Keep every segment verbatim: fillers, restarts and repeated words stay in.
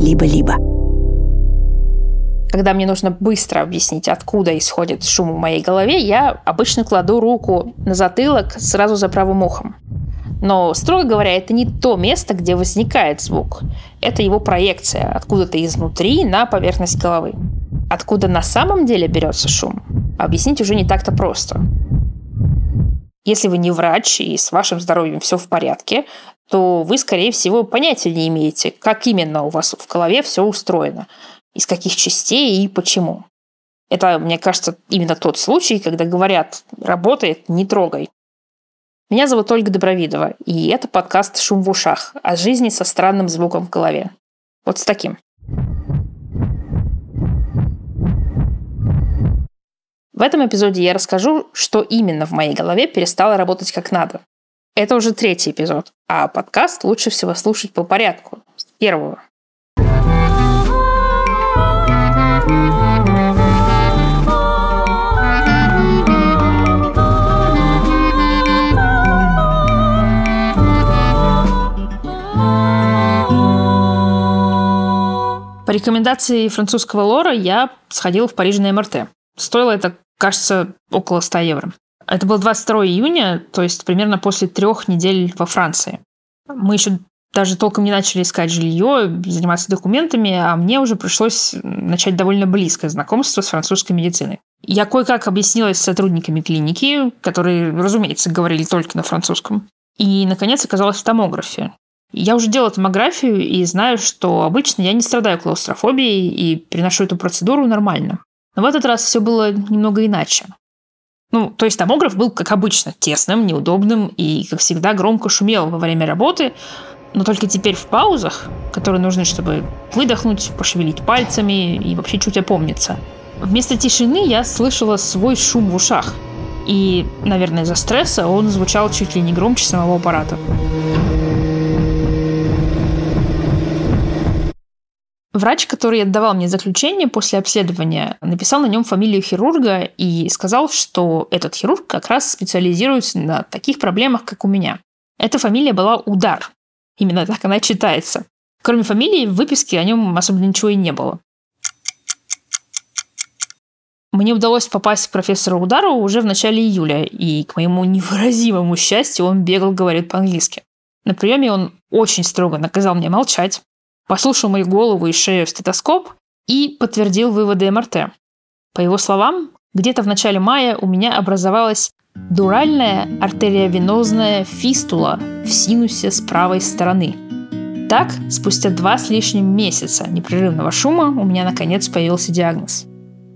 либо-либо. Когда мне нужно быстро объяснить, откуда исходит шум в моей голове, я обычно кладу руку на затылок сразу за правым ухом. Но, строго говоря, это не то место, где возникает звук. Это его проекция откуда-то изнутри на поверхность головы. Откуда на самом деле берется шум, объяснить уже не так-то просто. Если вы не врач и с вашим здоровьем все в порядке, то вы, скорее всего, понятия не имеете, как именно у вас в голове все устроено, из каких частей и почему. Это, мне кажется, именно тот случай, когда говорят «работает, не трогай». Меня зовут Ольга Добровидова, и это подкаст «Шум в ушах» о жизни со странным звуком в голове. Вот с таким. В этом эпизоде я расскажу, что именно в моей голове перестало работать как надо. Это уже третий эпизод, а подкаст лучше всего слушать по порядку, с первого. По рекомендации французского лора я сходила в Париж на эм эр тэ. Стоило это, кажется, около ста евро. Это было двадцать второго июня, то есть примерно после трех недель во Франции. Мы еще даже толком не начали искать жилье, заниматься документами, а мне уже пришлось начать довольно близкое знакомство с французской медициной. Я кое-как объяснилась с сотрудниками клиники, которые, разумеется, говорили только на французском. И, наконец, оказалась в томографе. Я уже делала томографию и знаю, что обычно я не страдаю клаустрофобией и переношу эту процедуру нормально. Но в этот раз все было немного иначе. Ну, то есть томограф был, как обычно, тесным, неудобным и, как всегда, громко шумел во время работы, но только теперь в паузах, которые нужны, чтобы выдохнуть, пошевелить пальцами и вообще чуть опомниться. Вместо тишины я слышала свой шум в ушах. И, наверное, из-за стресса он звучал чуть ли не громче самого аппарата. Врач, который отдавал мне заключение после обследования, написал на нем фамилию хирурга и сказал, что этот хирург как раз специализируется на таких проблемах, как у меня. Эта фамилия была Удар. Именно так она читается. Кроме фамилии, в выписке о нем особо ничего и не было. Мне удалось попасть к профессору Удару уже в начале июля, и, к моему невыразимому счастью, он бегло говорит по-английски. На приеме он очень строго наказал мне молчать, послушал мою голову и шею в стетоскоп и подтвердил выводы эм эр тэ. По его словам, где-то в начале мая у меня образовалась дуральная артериовенозная фистула в синусе с правой стороны. Так, спустя два с лишним месяца непрерывного шума у меня наконец появился диагноз.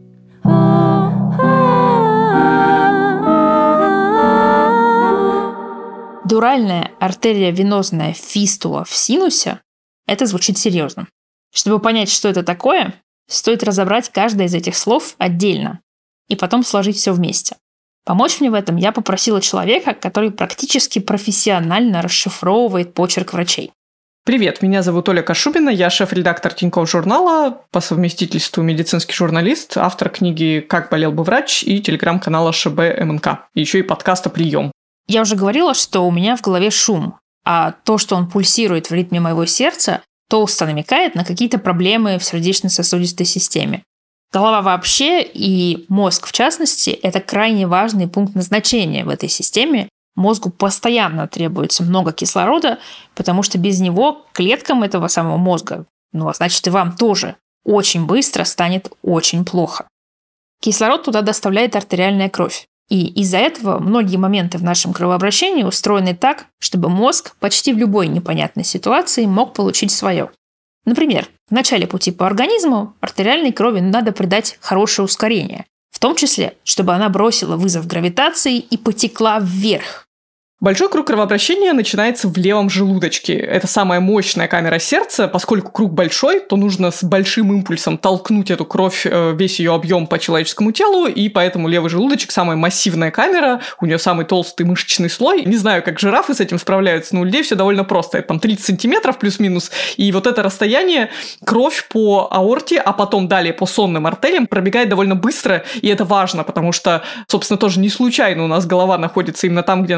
Дуральная артериовенозная фистула в синусе — это звучит серьезно. Чтобы понять, что это такое, стоит разобрать каждое из этих слов отдельно и потом сложить все вместе. Помочь мне в этом я попросила человека, который практически профессионально расшифровывает почерк врачей. Привет, меня зовут Оля Кашубина, я шеф-редактор Тинькофф журнала, по совместительству медицинский журналист, автор книги «Как болел бы врач» и телеграм-канала ШБ эм эн ка, и еще и подкаста «Прием». Я уже говорила, что у меня в голове шум, а то, что он пульсирует в ритме моего сердца, толсто намекает на какие-то проблемы в сердечно-сосудистой системе. Голова вообще и мозг в частности – это крайне важный пункт назначения в этой системе. Мозгу постоянно требуется много кислорода, потому что без него клеткам этого самого мозга, ну а значит и вам тоже, очень быстро станет очень плохо. Кислород туда доставляет артериальная кровь. И из-за этого многие моменты в нашем кровообращении устроены так, чтобы мозг почти в любой непонятной ситуации мог получить свое. Например, в начале пути по организму артериальной крови надо придать хорошее ускорение, в том числе, чтобы она бросила вызов гравитации и потекла вверх. Большой круг кровообращения начинается в левом желудочке. Это самая мощная камера сердца. Поскольку круг большой, то нужно с большим импульсом толкнуть эту кровь, весь ее объем по человеческому телу, и поэтому левый желудочек – самая массивная камера, у нее самый толстый мышечный слой. Не знаю, как жирафы с этим справляются, но у людей все довольно просто. Это там тридцать сантиметров плюс-минус, и вот это расстояние, кровь по аорте, а потом далее по сонным артериям пробегает довольно быстро, и это важно, потому что, собственно, тоже не случайно у нас голова находится именно там, где находится,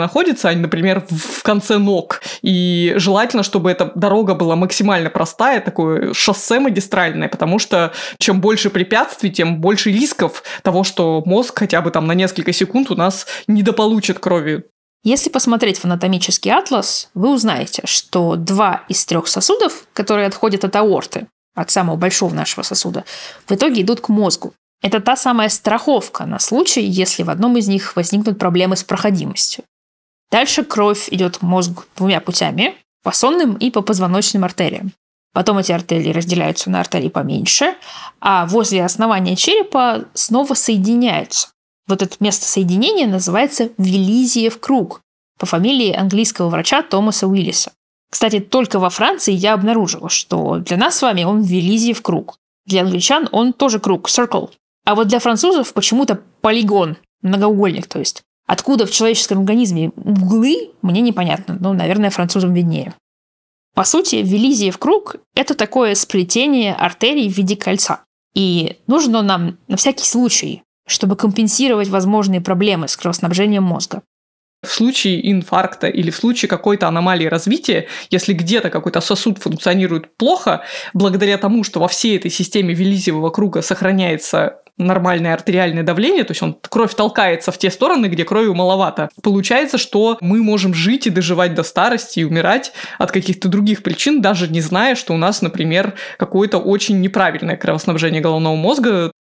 находятся они, например, в конце ног. И желательно, чтобы эта дорога была максимально простая, такое шоссе магистральное, потому что чем больше препятствий, тем больше рисков того, что мозг хотя бы там на несколько секунд у нас недополучит крови. Если посмотреть в анатомический атлас, вы узнаете, что два из трех сосудов, которые отходят от аорты, от самого большого нашего сосуда, в итоге идут к мозгу. Это та самая страховка на случай, если в одном из них возникнут проблемы с проходимостью. Дальше кровь идет к мозгу двумя путями – по сонным и по позвоночным артериям. Потом эти артерии разделяются на артерии поменьше, а возле основания черепа снова соединяются. Вот это место соединения называется Виллизиев круг по фамилии английского врача Томаса Уиллиса. Кстати, только во Франции я обнаружила, что для нас с вами он Виллизиев круг. Для англичан он тоже круг, circle. А вот для французов почему-то полигон, многоугольник, то есть. Откуда в человеческом организме углы, мне непонятно, но, наверное, французам виднее. По сути, Виллизиев круг – это такое сплетение артерий в виде кольца. И нужен он нам на всякий случай, чтобы компенсировать возможные проблемы с кровоснабжением мозга. В случае инфаркта или в случае какой-то аномалии развития, если где-то какой-то сосуд функционирует плохо, благодаря тому, что во всей этой системе Виллизиевого круга сохраняется нормальное артериальное давление, то есть он, кровь толкается в те стороны, где крови маловато. Получается, что мы можем жить и доживать до старости и умирать от каких-то других причин, даже не зная, что у нас, например, какое-то очень неправильное кровоснабжение головного мозга.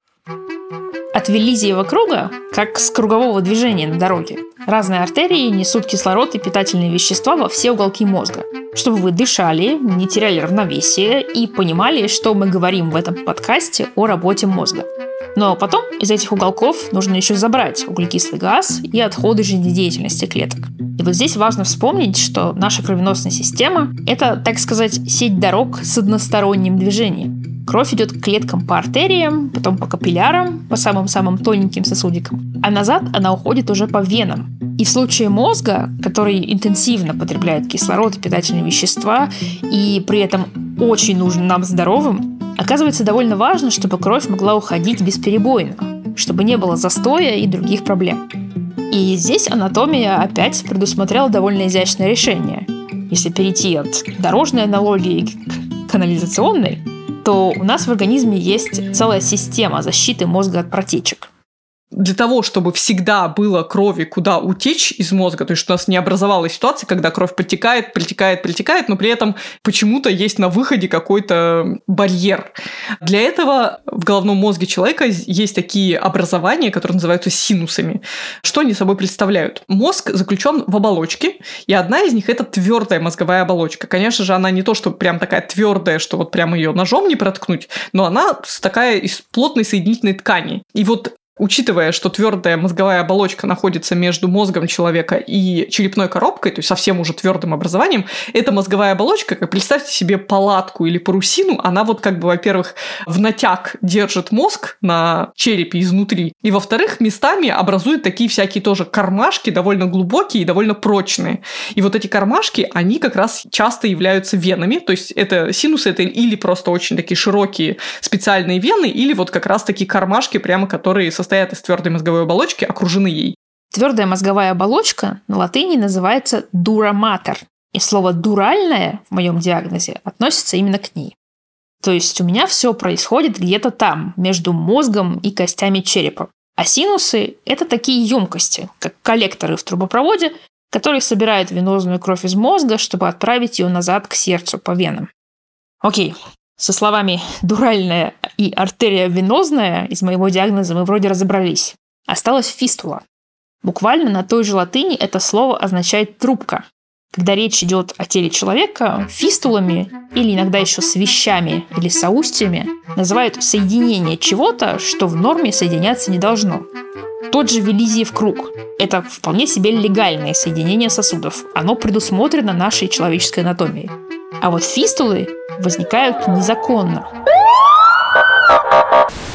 От Виллизиева круга, как с кругового движения на дороге, разные артерии несут кислород и питательные вещества во все уголки мозга, чтобы вы дышали, не теряли равновесие и понимали, что мы говорим в этом подкасте о работе мозга. Но потом из этих уголков нужно еще забрать углекислый газ и отходы жизнедеятельности клеток. И вот здесь важно вспомнить, что наша кровеносная система – это, так сказать, сеть дорог с односторонним движением. Кровь идет к клеткам по артериям, потом по капиллярам, по самым-самым тоненьким сосудикам, а назад она уходит уже по венам. И в случае мозга, который интенсивно потребляет кислород и питательные вещества, и при этом очень нужен нам здоровым, оказывается довольно важно, чтобы кровь могла уходить бесперебойно, чтобы не было застоя и других проблем. И здесь анатомия опять предусмотрела довольно изящное решение. Если перейти от дорожной аналогии к канализационной, то у нас в организме есть целая система защиты мозга от протечек. Для того, чтобы всегда было крови куда утечь из мозга, то есть что у нас не образовалась ситуация, когда кровь протекает, притекает, притекает, но при этом почему-то есть на выходе какой-то барьер. Для этого в головном мозге человека есть такие образования, которые называются синусами. Что они собой представляют? Мозг заключен в оболочке, и одна из них – это твердая мозговая оболочка. Конечно же, она не то, что прям такая твердая, что вот прям ее ножом не проткнуть, но она такая из плотной соединительной ткани. И вот учитывая, что твердая мозговая оболочка находится между мозгом человека и черепной коробкой, то есть совсем уже твердым образованием, эта мозговая оболочка, как представьте себе палатку или парусину, она вот как бы, во-первых, в натяг держит мозг на черепе изнутри, и, во-вторых, местами образует такие всякие тоже кармашки, довольно глубокие и довольно прочные. И вот эти кармашки, они как раз часто являются венами, то есть это синусы, это или просто очень такие широкие специальные вены, или вот как раз такие кармашки, прямо которые состоят стоят из твердой мозговой оболочки, окружены ей. Твердая мозговая оболочка на латыни называется dura mater, и слово «дуральное» в моем диагнозе относится именно к ней. То есть у меня все происходит где-то там, между мозгом и костями черепа. А синусы – это такие емкости, как коллекторы в трубопроводе, которые собирают венозную кровь из мозга, чтобы отправить ее назад к сердцу по венам. Окей. Со словами «дуральная» и «артерия венозная» из моего диагноза мы вроде разобрались. Осталась фистула. Буквально на той же латыни это слово означает «трубка». Когда речь идет о теле человека, фистулами, или иногда еще свищами или соустьями, называют соединение чего-то, что в норме соединяться не должно. Тот же Виллизиев круг – это вполне себе легальное соединение сосудов. Оно предусмотрено нашей человеческой анатомией. А вот фистулы возникают незаконно.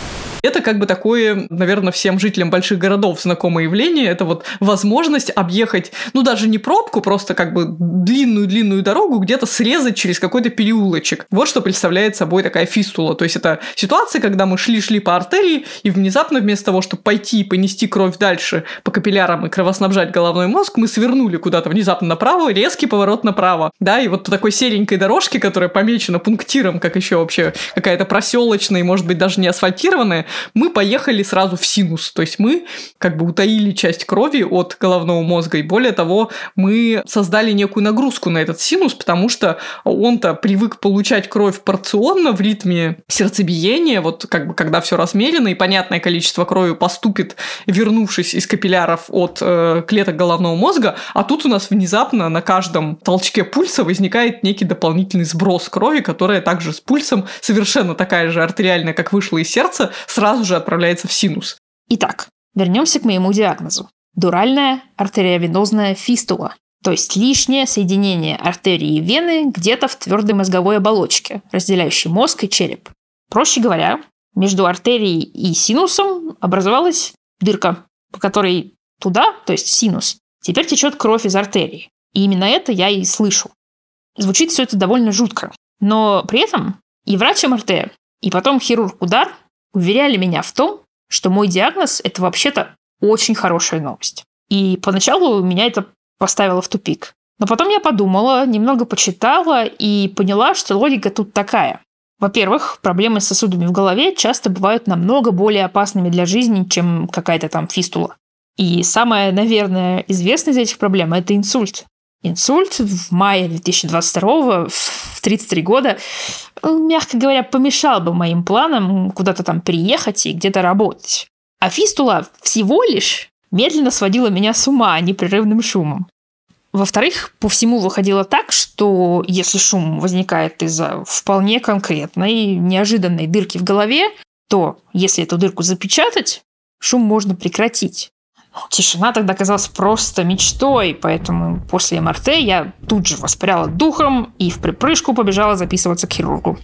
Это как бы такое, наверное, всем жителям больших городов знакомое явление. Это вот возможность объехать, ну, даже не пробку, просто как бы длинную-длинную дорогу где-то срезать через какой-то переулочек. Вот что представляет собой такая фистула. То есть это ситуация, когда мы шли-шли по артерии, и внезапно вместо того, чтобы пойти и понести кровь дальше по капиллярам и кровоснабжать головной мозг, мы свернули куда-то внезапно направо, резкий поворот направо. Да, и вот по такой серенькой дорожке, которая помечена пунктиром, как еще вообще какая-то проселочная и, может быть, даже не асфальтированная, мы поехали сразу в синус. То есть мы как бы утаили часть крови от головного мозга, и более того, мы создали некую нагрузку на этот синус, потому что он-то привык получать кровь порционно в ритме сердцебиения, вот как бы когда все размерено и понятное количество крови поступит, вернувшись из капилляров от э, клеток головного мозга, а тут у нас внезапно на каждом толчке пульса возникает некий дополнительный сброс крови, которая также с пульсом, совершенно такая же артериальная, как вышла из сердца, сразу же отправляется в синус. Итак, вернемся к моему диагнозу. Дуральная артериовенозная фистула, то есть лишнее соединение артерии и вены где-то в твердой мозговой оболочке, разделяющей мозг и череп. Проще говоря, между артерией и синусом образовалась дырка, по которой туда, то есть в синус, теперь течет кровь из артерии. И именно это я и слышу. Звучит все это довольно жутко. Но при этом и врач эм эр тэ, и потом хирург Удар уверяли меня в том, что мой диагноз – это вообще-то очень хорошая новость. И поначалу меня это поставило в тупик. Но потом я подумала, немного почитала и поняла, что логика тут такая. Во-первых, проблемы с сосудами в голове часто бывают намного более опасными для жизни, чем какая-то там фистула. И самая, наверное, известная из этих проблем – это инсульт. Инсульт в мае две тысячи двадцать второго в тридцать три года, мягко говоря, помешал бы моим планам куда-то там приехать и где-то работать. А фистула всего лишь медленно сводила меня с ума непрерывным шумом. Во-вторых, по всему выходило так, что если шум возникает из-за вполне конкретной, неожиданной дырки в голове, то если эту дырку запечатать, шум можно прекратить. Тишина тогда казалась просто мечтой, поэтому после эм эр тэ я тут же воспряла духом и в припрыжку побежала записываться к хирургу.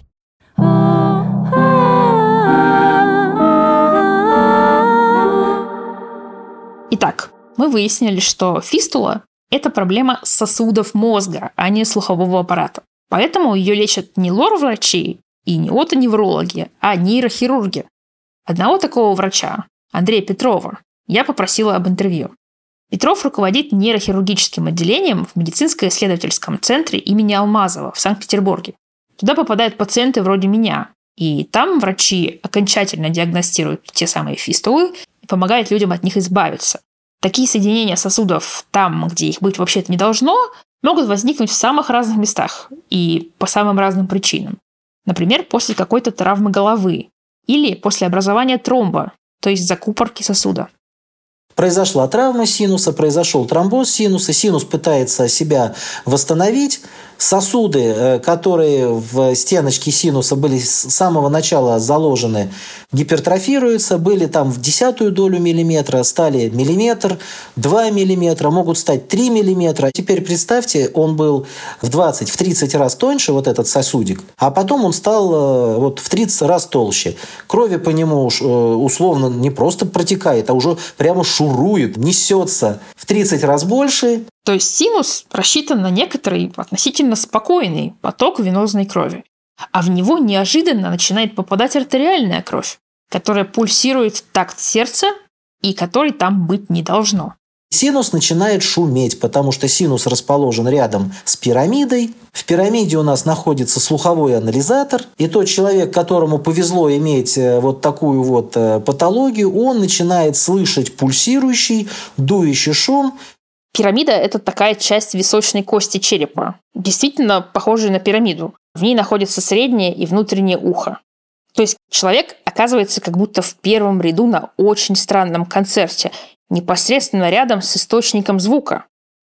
Итак, мы выяснили, что фистула – это проблема сосудов мозга, а не слухового аппарата. Поэтому ее лечат не лор-врачи и не отоневрологи, а нейрохирурги. Одного такого врача, Андрея Петрова, я попросила об интервью. Петров руководит нейрохирургическим отделением в медицинско-исследовательском центре имени Алмазова в Санкт-Петербурге. Туда попадают пациенты вроде меня, и там врачи окончательно диагностируют те самые фистулы и помогают людям от них избавиться. Такие соединения сосудов там, где их быть вообще-то не должно, могут возникнуть в самых разных местах и по самым разным причинам. Например, после какой-то травмы головы или после образования тромба, то есть закупорки сосуда. Произошла травма синуса, произошел тромбоз синуса, синус пытается себя восстановить. Сосуды, которые в стеночке синуса были с самого начала заложены, гипертрофируются, были там в десятую долю миллиметра, стали миллиметр, два миллиметра, могут стать три миллиметра. Теперь представьте, он был в двадцать, в тридцать раз тоньше, вот этот сосудик, а потом он стал вот в тридцать раз толще. Крови по нему условно не просто протекает, а уже прямо шурует, несется в тридцать раз больше. То есть синус рассчитан на некоторый относительно спокойный поток венозной крови. А в него неожиданно начинает попадать артериальная кровь, которая пульсирует в такт сердца и которой там быть не должно. Синус начинает шуметь, потому что синус расположен рядом с пирамидой. В пирамиде у нас находится слуховой анализатор. И тот человек, которому повезло иметь вот такую вот патологию, он начинает слышать пульсирующий, дующий шум. Пирамида – это такая часть височной кости черепа, действительно похожая на пирамиду. В ней находится среднее и внутреннее ухо. То есть человек оказывается как будто в первом ряду на очень странном концерте, непосредственно рядом с источником звука.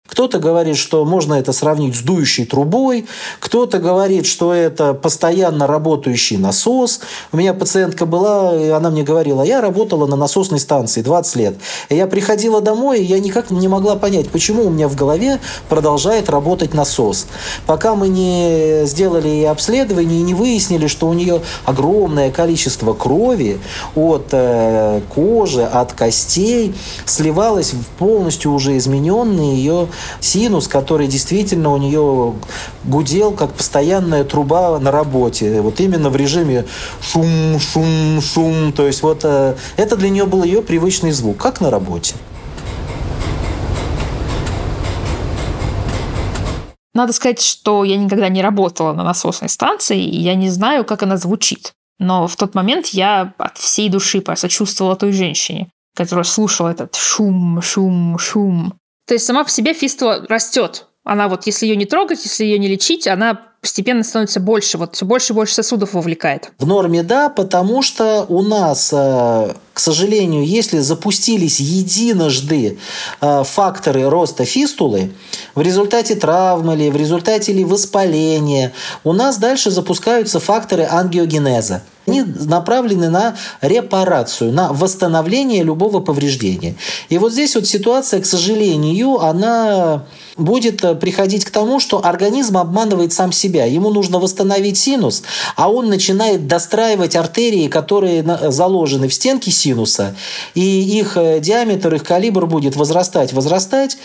Кто-то говорит, что можно это сравнить с дующей трубой, кто-то говорит, что это постоянно работающий насос. У меня пациентка была, и она мне говорила, я работала на насосной станции двадцать лет. И я приходила домой, и я никак не могла понять, почему у меня в голове продолжает работать насос. Пока мы не сделали ей обследование и не выяснили, что у нее огромное количество крови от э, кожи, от костей сливалось в полностью уже измененный ее синус, который действительно у нее гудел, как постоянная труба на работе. Вот именно в режиме шум, шум, шум. То есть вот э, это для нее был ее привычный звук, как на работе. Надо сказать, что я никогда не работала на насосной станции, и я не знаю, как она звучит. Но в тот момент я от всей души посочувствовала той женщине, которая слушала этот шум, шум, шум. То есть сама по себе фистула растет. Она вот, если ее не трогать, если ее не лечить, она постепенно становится больше. Вот все больше и больше сосудов вовлекает. В норме да, потому что у нас, к сожалению, если запустились единожды факторы роста фистулы, в результате травмы или в результате или воспаления, у нас дальше запускаются факторы ангиогенеза. Они направлены на репарацию, на восстановление любого повреждения. И вот здесь вот ситуация, к сожалению, она будет приходить к тому, что организм обманывает сам себя. Ему нужно восстановить синус, а он начинает достраивать артерии, которые заложены в стенки синуса, и их диаметр, их калибр будет возрастать, возрастать,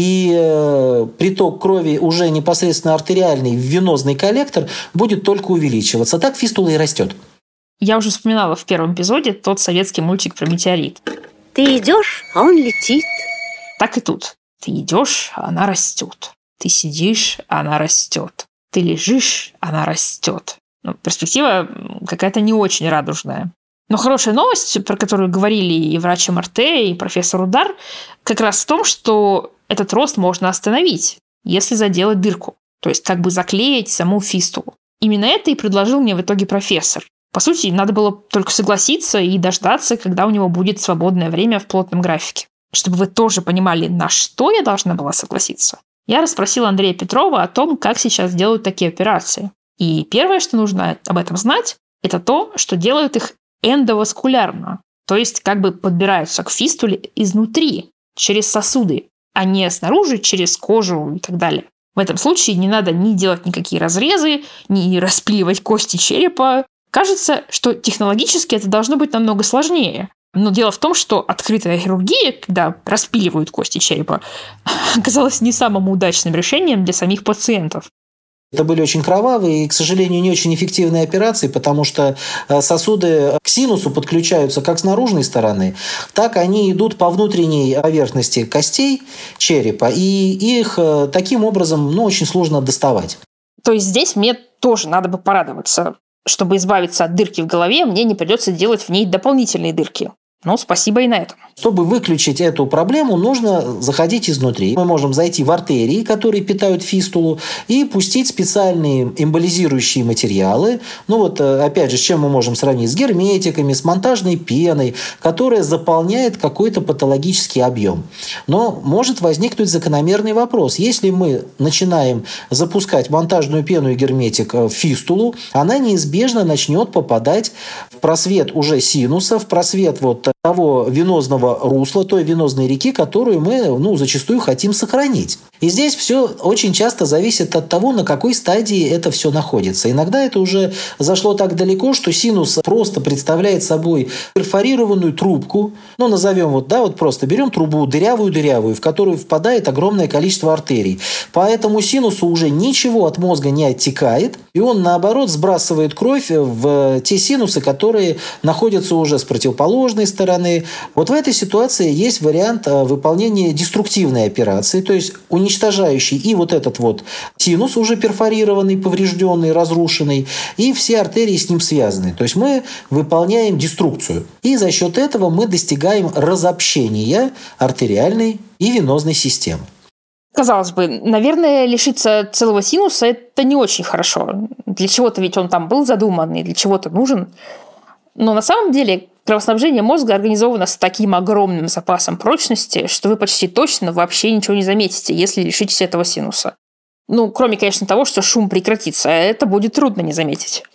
и приток крови уже непосредственно артериальный в венозный коллектор будет только увеличиваться. Так фистула и растет. Я уже вспоминала в первом эпизоде тот советский мультик про метеорит. Ты идешь, а он летит. Так и тут. Ты идешь, а она растет. Ты сидишь, а она растет. Ты лежишь, она растет. Ну, перспектива какая-то не очень радужная. Но хорошая новость, про которую говорили и врач эм эр тэ, и профессор Удар, как раз в том, что этот рост можно остановить, если заделать дырку. То есть как бы заклеить саму фистулу. Именно это и предложил мне в итоге профессор. По сути, надо было только согласиться и дождаться, когда у него будет свободное время в плотном графике. Чтобы вы тоже понимали, на что я должна была согласиться, я расспросила Андрея Петрова о том, как сейчас делают такие операции. И первое, что нужно об этом знать, это то, что делают их эндоваскулярно. То есть как бы подбираются к фистуле изнутри, через сосуды, а не снаружи, через кожу и так далее. В этом случае не надо ни делать никакие разрезы, ни распиливать кости черепа. Кажется, что технологически это должно быть намного сложнее. Но дело в том, что открытая хирургия, когда распиливают кости черепа, оказалась не самым удачным решением для самих пациентов. Это были очень кровавые и, к сожалению, не очень эффективные операции, потому что сосуды к синусу подключаются как с наружной стороны, так они идут по внутренней поверхности костей черепа, и их таким образом ну, очень сложно доставать. То есть здесь мне тоже надо бы порадоваться. Чтобы избавиться от дырки в голове, мне не придется делать в ней дополнительные дырки. Ну, спасибо и на этом. Чтобы выключить эту проблему, нужно заходить изнутри. Мы можем зайти в артерии, которые питают фистулу, и пустить специальные эмболизирующие материалы. Ну вот, опять же, с чем мы можем сравнить? С герметиками, с монтажной пеной, которая заполняет какой-то патологический объем. Но может возникнуть закономерный вопрос. Если мы начинаем запускать монтажную пену и герметик в фистулу, она неизбежно начнет попадать в просвет уже синуса, в просвет вот того венозного русла, той венозной реки, которую мы ну, зачастую хотим сохранить. И здесь все очень часто зависит от того, на какой стадии это все находится. Иногда это уже зашло так далеко, что синус просто представляет собой перфорированную трубку, ну, назовем вот, да, вот просто берем трубу дырявую-дырявую, в которую впадает огромное количество артерий. По этому синусу уже ничего от мозга не оттекает, и он, наоборот, сбрасывает кровь в те синусы, которые находятся уже с противоположной стороны. Вот в этой ситуации есть вариант выполнения деструктивной операции, то есть уничтожающий и вот этот вот синус уже перфорированный, поврежденный, разрушенный, и все артерии с ним связаны. То есть мы выполняем деструкцию. И за счет этого мы достигаем разобщения артериальной и венозной системы. Казалось бы, наверное, лишиться целого синуса – это не очень хорошо. Для чего-то ведь он там был задуман и для чего-то нужен. Но на самом деле, Кровоснабжение мозга организовано с таким огромным запасом прочности, что вы почти точно вообще ничего не заметите, если лишитесь этого синуса. Ну, кроме, конечно, того, что шум прекратится, а это будет трудно не заметить.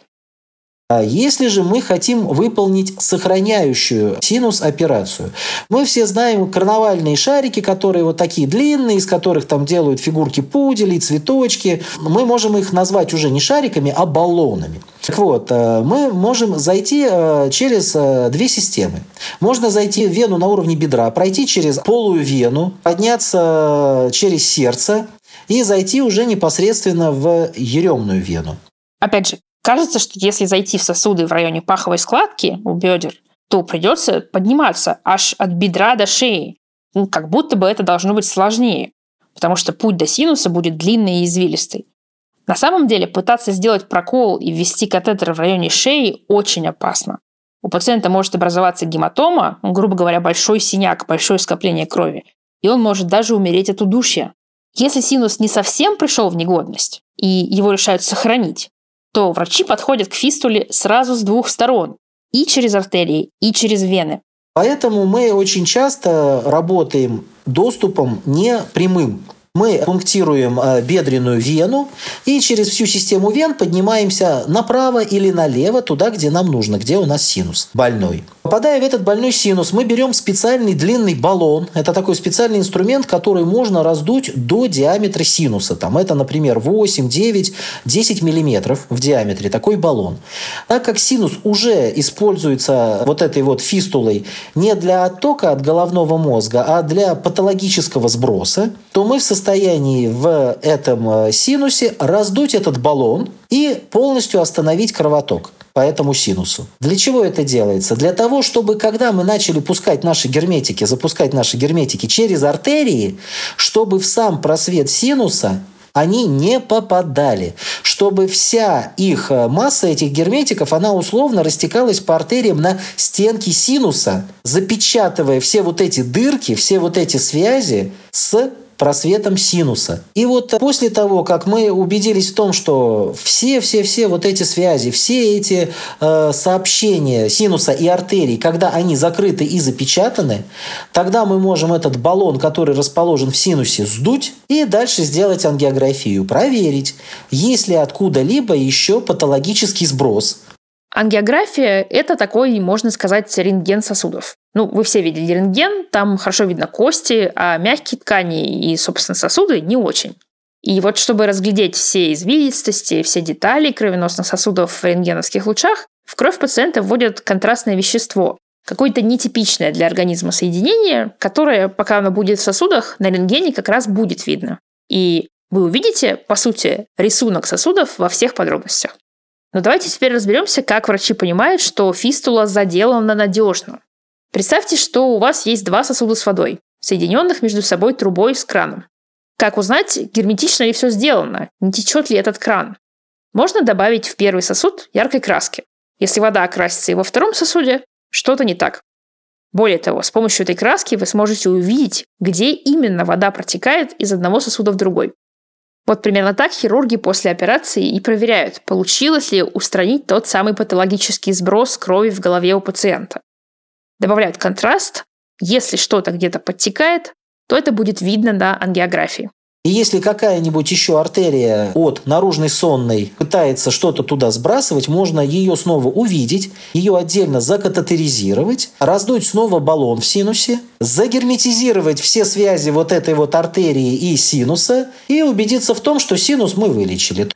А если же мы хотим выполнить сохраняющую синус операцию, мы все знаем карнавальные шарики, которые вот такие длинные, из которых там делают фигурки пуделей, цветочки. Мы можем их назвать уже не шариками, а баллонами. Так вот, мы можем зайти через две системы. Можно зайти в вену на уровне бедра, пройти через полую вену, подняться через сердце и зайти уже непосредственно в еремную вену. Опять же, кажется, что если зайти в сосуды в районе паховой складки у бедер, то придется подниматься аж от бедра до шеи. Ну, как будто бы это должно быть сложнее, потому что путь до синуса будет длинный и извилистый. На самом деле пытаться сделать прокол и ввести катетер в районе шеи очень опасно. У пациента может образоваться гематома, грубо говоря, большой синяк, большое скопление крови, и он может даже умереть от удушья. Если синус не совсем пришел в негодность и его решают сохранить, то врачи подходят к фистуле сразу с двух сторон, и через артерии, и через вены. Поэтому мы очень часто работаем доступом не прямым. Мы пунктируем бедренную вену и через всю систему вен поднимаемся направо или налево, туда, где нам нужно, где у нас синус больной. Попадая в этот больной синус, мы берем специальный длинный баллон. Это такой специальный инструмент, который можно раздуть до диаметра синуса. Там это, например, восемь, девять, десять миллиметров в диаметре. Такой баллон. Так как синус уже используется вот этой вот фистулой не для оттока от головного мозга, а для патологического сброса, то мы в состоянии в этом синусе раздуть этот баллон и полностью остановить кровоток по этому синусу. Для чего это делается? Для того, чтобы когда мы начали пускать наши герметики, запускать наши герметики через артерии, чтобы в сам просвет синуса они не попадали, чтобы вся их масса этих герметиков, она условно растекалась по артериям на стенки синуса, запечатывая все вот эти дырки, все вот эти связи с просветом синуса. И вот после того, как мы убедились в том, что все-все-все вот эти связи, все эти э, сообщения синуса и артерий, когда они закрыты и запечатаны, тогда мы можем этот баллон, который расположен в синусе, сдуть и дальше сделать ангиографию, проверить, есть ли откуда-либо еще патологический сброс. Ангиография – это такой, можно сказать, рентген сосудов. Ну, вы все видели рентген, там хорошо видно кости, а мягкие ткани и, собственно, сосуды не очень. И вот чтобы разглядеть все извилистости, все детали кровеносных сосудов в рентгеновских лучах, в кровь пациента вводят контрастное вещество, какое-то нетипичное для организма соединение, которое, пока оно будет в сосудах, на рентгене как раз будет видно. И вы увидите, по сути, рисунок сосудов во всех подробностях. Но давайте теперь разберемся, как врачи понимают, что фистула заделана надежно. Представьте, что у вас есть два сосуда с водой, соединенных между собой трубой с краном. Как узнать, герметично ли все сделано, не течет ли этот кран? Можно добавить в первый сосуд яркой краски. Если вода окрасится и во втором сосуде, что-то не так. Более того, с помощью этой краски вы сможете увидеть, где именно вода протекает из одного сосуда в другой. Вот примерно так хирурги после операции и проверяют, получилось ли устранить тот самый патологический сброс крови в голове у пациента. Добавляют контраст. Если что-то где-то подтекает, то это будет видно на ангиографии. И если какая-нибудь еще артерия от наружной сонной пытается что-то туда сбрасывать, можно ее снова увидеть, ее отдельно закатетеризировать, раздуть снова баллон в синусе, загерметизировать все связи вот этой вот артерии и синуса и убедиться в том, что синус мы вылечили.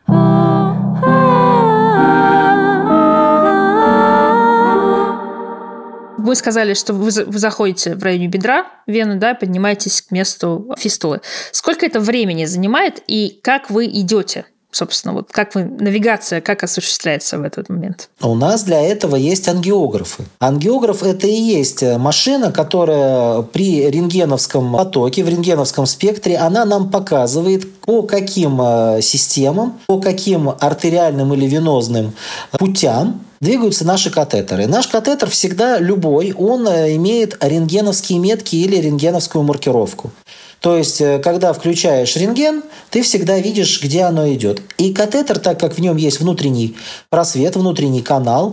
Вы сказали, что вы заходите в районе бедра, в вену, да, поднимаетесь к месту фистулы. Сколько это времени занимает и как вы идете? Собственно, вот как вы, навигация, как осуществляется в этот момент? У нас для этого есть ангиографы. Ангиограф – это и есть машина, которая при рентгеновском потоке, в рентгеновском спектре, она нам показывает, по каким системам, по каким артериальным или венозным путям двигаются наши катетеры. Наш катетер всегда любой, он имеет рентгеновские метки или рентгеновскую маркировку. То есть, когда включаешь рентген, ты всегда видишь, где оно идет. И катетер, так как в нем есть внутренний просвет, внутренний канал,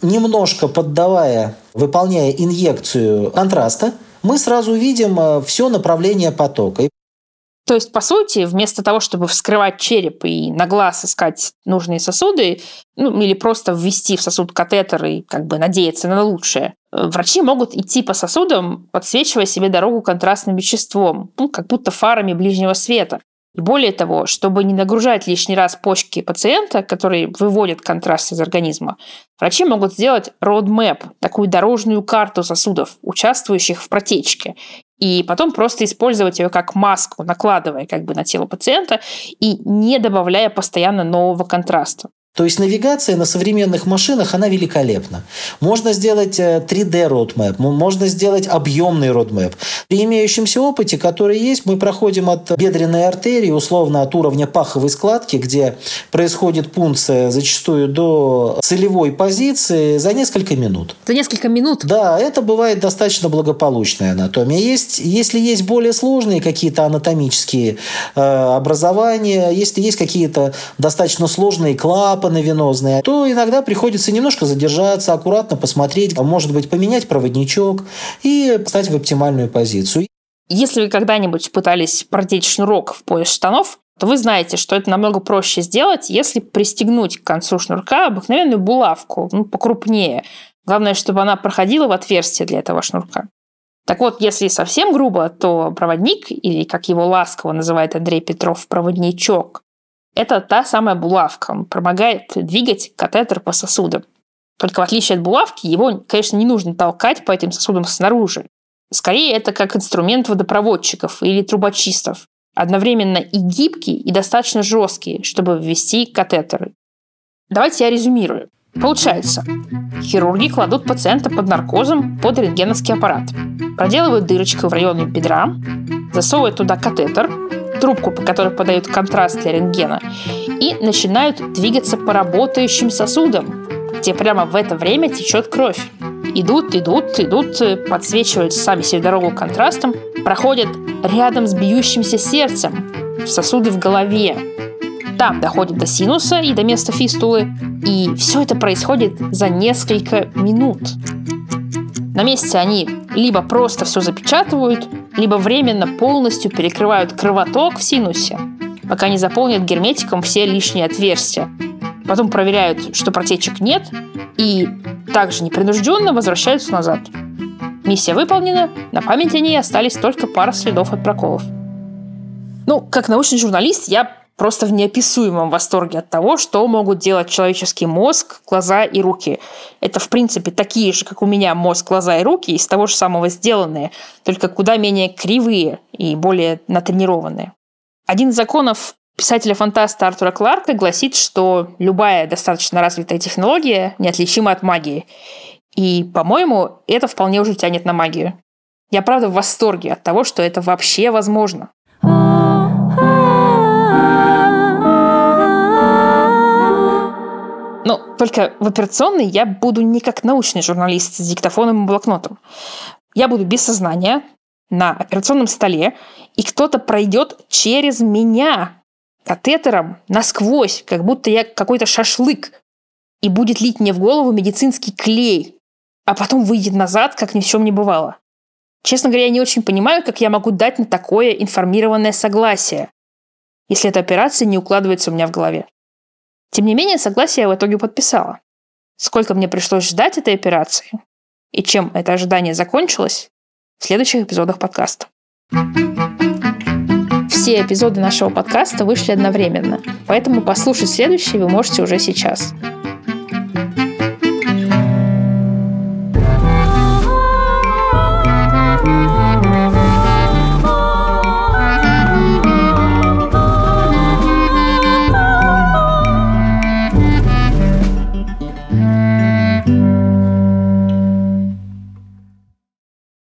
немножко поддавая, выполняя инъекцию контраста, мы сразу видим все направление потока. То есть, по сути, вместо того, чтобы вскрывать череп и на глаз искать нужные сосуды, ну, или просто ввести в сосуд катетер и как бы надеяться на лучшее, врачи могут идти по сосудам, подсвечивая себе дорогу контрастным веществом, ну, как будто фарами ближнего света. И более того, чтобы не нагружать лишний раз почки пациента, которые выводят контраст из организма, врачи могут сделать roadmap, такую дорожную карту сосудов, участвующих в протечке, и потом просто использовать ее как маску, накладывая как бы на тело пациента и не добавляя постоянно нового контраста. То есть навигация на современных машинах, она великолепна. Можно сделать три дэ roadmap, можно сделать объемный roadmap. При имеющемся опыте, который есть, мы проходим от бедренной артерии, условно от уровня паховой складки, где происходит пункция зачастую до целевой позиции за несколько минут. За несколько минут? Да, это бывает достаточно благополучная анатомия. Есть, если есть более сложные какие-то анатомические э, образования, если есть какие-то достаточно сложные клапаны, венозные, то иногда приходится немножко задержаться, аккуратно посмотреть, может быть, поменять проводничок и встать в оптимальную позицию. Если вы когда-нибудь пытались продеть шнурок в пояс штанов, то вы знаете, что это намного проще сделать, если пристегнуть к концу шнурка обыкновенную булавку, ну, покрупнее. Главное, чтобы она проходила в отверстие для этого шнурка. Так вот, если совсем грубо, то проводник, или, как его ласково называет Андрей Петров, проводничок, это та самая булавка. Он помогает двигать катетер по сосудам. Только в отличие от булавки, его, конечно, не нужно толкать по этим сосудам снаружи. Скорее, это как инструмент водопроводчиков или трубочистов. Одновременно и гибкий, и достаточно жесткий, чтобы ввести катетеры. Давайте я резюмирую. Получается, хирурги кладут пациента под наркозом под рентгеновский аппарат, проделывают дырочку в районе бедра, засовывают туда катетер, трубку, по которой подают контраст для рентгена, и начинают двигаться по работающим сосудам, где прямо в это время течет кровь. Идут, идут, идут, подсвечивают сами себе дорогу контрастом, проходят рядом с бьющимся сердцем в сосуды в голове. Там доходит до синуса и до места фистулы, и все это происходит за несколько минут. На месте они либо просто все запечатывают, либо временно полностью перекрывают кровоток в синусе, пока не заполнят герметиком все лишние отверстия. Потом проверяют, что протечек нет, и также непринужденно возвращаются назад. Миссия выполнена, на память о ней остались только пара следов от проколов. Ну, как научный журналист, я просто в неописуемом восторге от того, что могут делать человеческий мозг, глаза и руки. Это, в принципе, такие же, как у меня, мозг, глаза и руки, из того же самого сделанные, только куда менее кривые и более натренированные. Один из законов писателя-фантаста Артура Кларка гласит, что любая достаточно развитая технология неотличима от магии. И, по-моему, это вполне уже тянет на магию. Я, правда, в восторге от того, что это вообще возможно. Но только в операционной я буду не как научный журналист с диктофоном и блокнотом. Я буду без сознания на операционном столе, и кто-то пройдет через меня катетером насквозь, как будто я какой-то шашлык, и будет лить мне в голову медицинский клей, а потом выйдет назад, как ни в чем не бывало. Честно говоря, я не очень понимаю, как я могу дать на такое информированное согласие, если эта операция не укладывается у меня в голове. Тем не менее, согласие я в итоге подписала. Сколько мне пришлось ждать этой операции и чем это ожидание закончилось, в следующих эпизодах подкаста. Все эпизоды нашего подкаста вышли одновременно, поэтому послушать следующие вы можете уже сейчас.